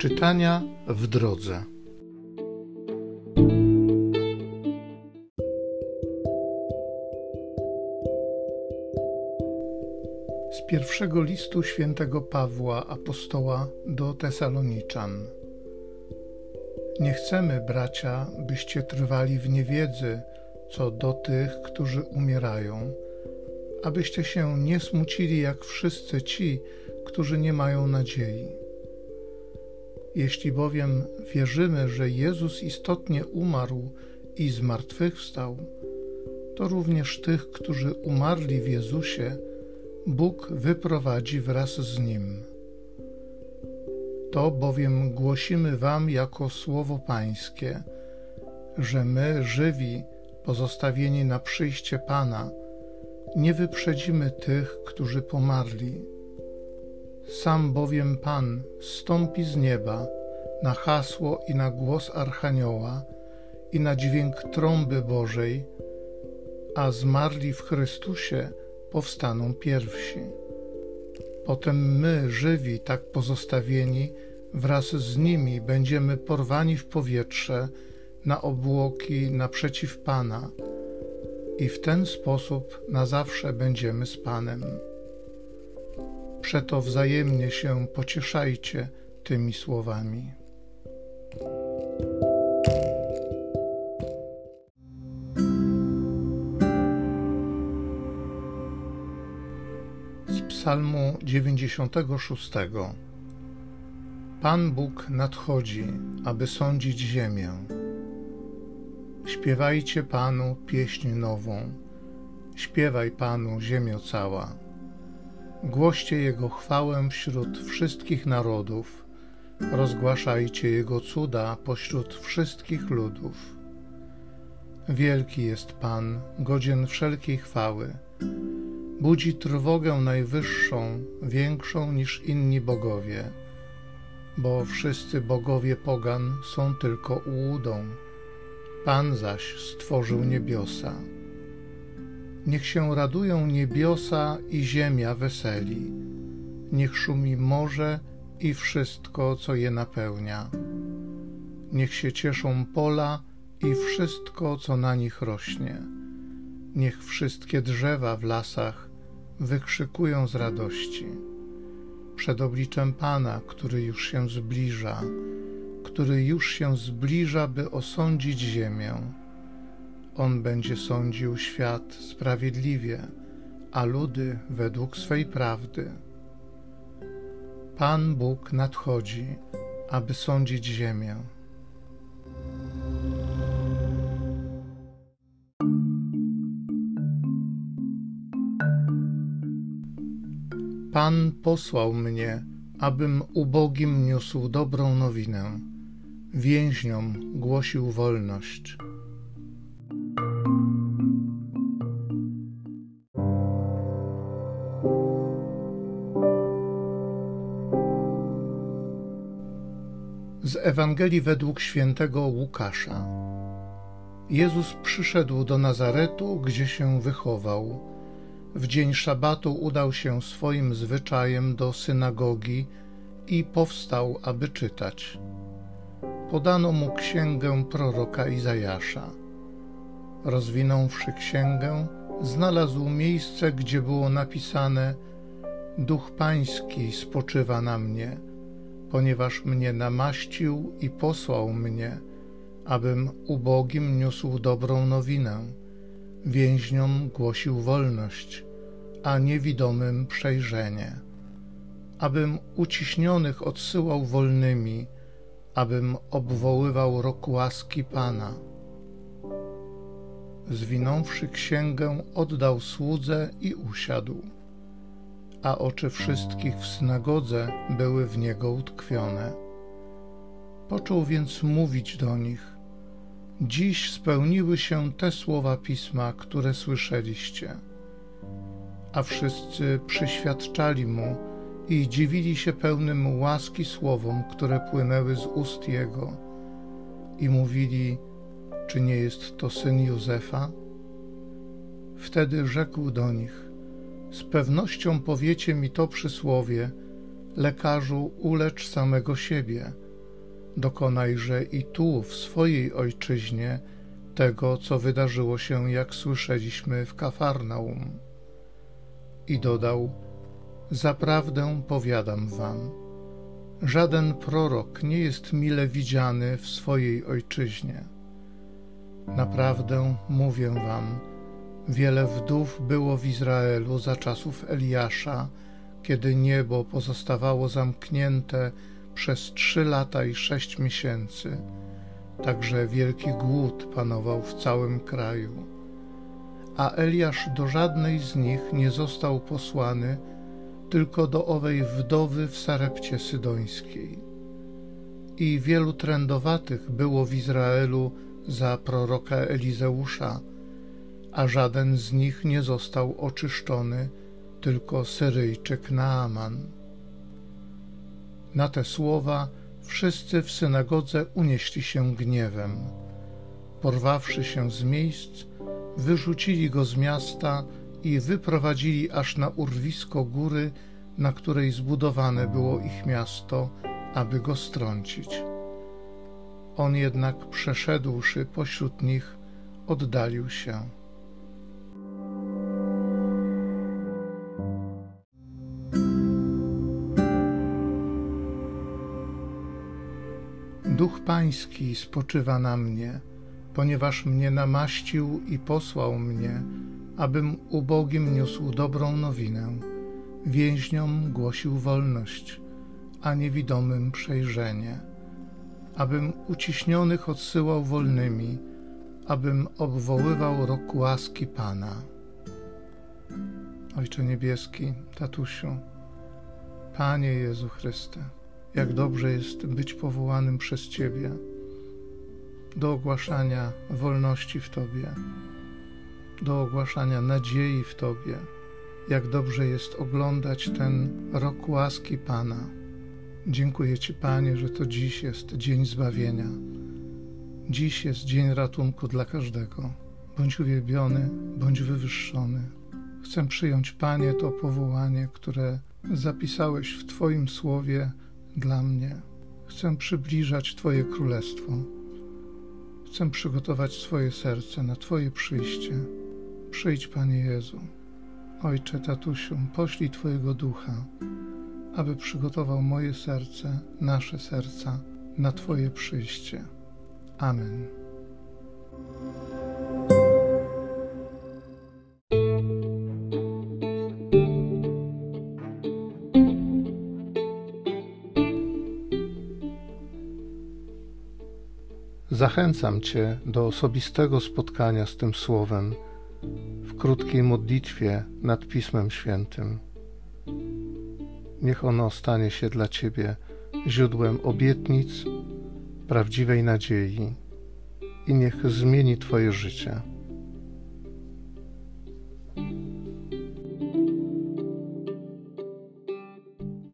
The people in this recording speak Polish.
Czytania w drodze. Z pierwszego listu świętego Pawła apostoła do Tesaloniczan. Nie chcemy, bracia, byście trwali w niewiedzy co do tych, którzy umierają, abyście się nie smucili jak wszyscy ci, którzy nie mają nadziei. Jeśli bowiem wierzymy, że Jezus istotnie umarł i zmartwychwstał, to również tych, którzy umarli w Jezusie, Bóg wyprowadzi wraz z Nim. To bowiem głosimy wam jako słowo Pańskie, że my, żywi, pozostawieni na przyjście Pana, nie wyprzedzimy tych, którzy pomarli. Sam bowiem Pan zstąpi z nieba na hasło i na głos Archanioła i na dźwięk trąby Bożej, a zmarli w Chrystusie powstaną pierwsi. Potem my, żywi, tak pozostawieni, wraz z nimi będziemy porwani w powietrze na obłoki naprzeciw Pana i w ten sposób na zawsze będziemy z Panem. Przeto wzajemnie się pocieszajcie tymi słowami. Z Psalmu 96. Pan Bóg nadchodzi, aby sądzić ziemię. Śpiewajcie Panu pieśń nową. Śpiewaj Panu, ziemio cała. Głoście Jego chwałę wśród wszystkich narodów. Rozgłaszajcie Jego cuda pośród wszystkich ludów. Wielki jest Pan, godzien wszelkiej chwały. Budzi trwogę najwyższą, większą niż inni bogowie, bo wszyscy bogowie pogan są tylko ułudą. Pan zaś stworzył niebiosa. Niech się radują niebiosa i ziemia weseli. Niech szumi morze i wszystko, co je napełnia. Niech się cieszą pola i wszystko, co na nich rośnie. Niech wszystkie drzewa w lasach wykrzykują z radości. Przed obliczem Pana, który już się zbliża, by osądzić ziemię. On będzie sądził świat sprawiedliwie, a ludy według swej prawdy. Pan Bóg nadchodzi, aby sądzić ziemię. Pan posłał mnie, abym ubogim niósł dobrą nowinę, więźniom głosił wolność. Z Ewangelii według świętego Łukasza. Jezus przyszedł do Nazaretu, gdzie się wychował. W dzień szabatu udał się swoim zwyczajem do synagogi i powstał, aby czytać. Podano mu księgę proroka Izajasza. Rozwinąwszy księgę, znalazł miejsce, gdzie było napisane: Duch Pański spoczywa na mnie, ponieważ mnie namaścił i posłał mnie, abym ubogim niósł dobrą nowinę, więźniom głosił wolność, a niewidomym przejrzenie, abym uciśnionych odsyłał wolnymi, abym obwoływał rok łaski Pana. Zwinąwszy księgę, oddał słudze i usiadł, a oczy wszystkich w synagodze były w niego utkwione. Począł więc mówić do nich: Dziś spełniły się te słowa Pisma, które słyszeliście. A wszyscy przyświadczali mu i dziwili się pełnym łaski słowom, które płynęły z ust jego, i mówili: czy nie jest to syn Józefa? Wtedy rzekł do nich: z pewnością powiecie mi to przysłowie: lekarzu, ulecz samego siebie, dokonajże i tu, w swojej ojczyźnie, tego, co wydarzyło się, jak słyszeliśmy, w Kafarnaum. I dodał: zaprawdę powiadam wam, żaden prorok nie jest mile widziany w swojej ojczyźnie. Naprawdę mówię wam, wiele wdów było w Izraelu za czasów Eliasza, kiedy niebo pozostawało zamknięte przez 3 lata i 6 miesięcy, także wielki głód panował w całym kraju. A Eliasz do żadnej z nich nie został posłany, tylko do owej wdowy w Sarepcie Sydońskiej. I wielu trędowatych było w Izraelu za proroka Elizeusza, a żaden z nich nie został oczyszczony, tylko Syryjczyk Naaman. Na te słowa wszyscy w synagodze unieśli się gniewem. Porwawszy się z miejsc, wyrzucili go z miasta i wyprowadzili aż na urwisko góry, na której zbudowane było ich miasto, aby go strącić. On jednak, przeszedłszy pośród nich, oddalił się. Duch Pański spoczywa na mnie, ponieważ mnie namaścił i posłał mnie, abym ubogim niósł dobrą nowinę, więźniom głosił wolność, a niewidomym przejrzenie, abym uciśnionych odsyłał wolnymi, abym obwoływał rok łaski Pana. Ojcze Niebieski, Tatusiu, Panie Jezu Chryste, jak dobrze jest być powołanym przez Ciebie do ogłaszania wolności w Tobie, do ogłaszania nadziei w Tobie. Jak dobrze jest oglądać ten rok łaski Pana. Dziękuję Ci, Panie, że to dziś jest dzień zbawienia. Dziś jest dzień ratunku dla każdego. Bądź uwielbiony, bądź wywyższony. Chcę przyjąć, Panie, to powołanie, które zapisałeś w Twoim słowie dla mnie. Chcę przybliżać Twoje królestwo. Chcę przygotować swoje serce na Twoje przyjście. Przyjdź, Panie Jezu. Ojcze, Tatusiu, poślij Twojego Ducha, aby przygotował moje serce, nasze serca na Twoje przyjście. Amen. Zachęcam Cię do osobistego spotkania z tym Słowem w krótkiej modlitwie nad Pismem Świętym. Niech ono stanie się dla Ciebie źródłem obietnic, prawdziwej nadziei i niech zmieni Twoje życie.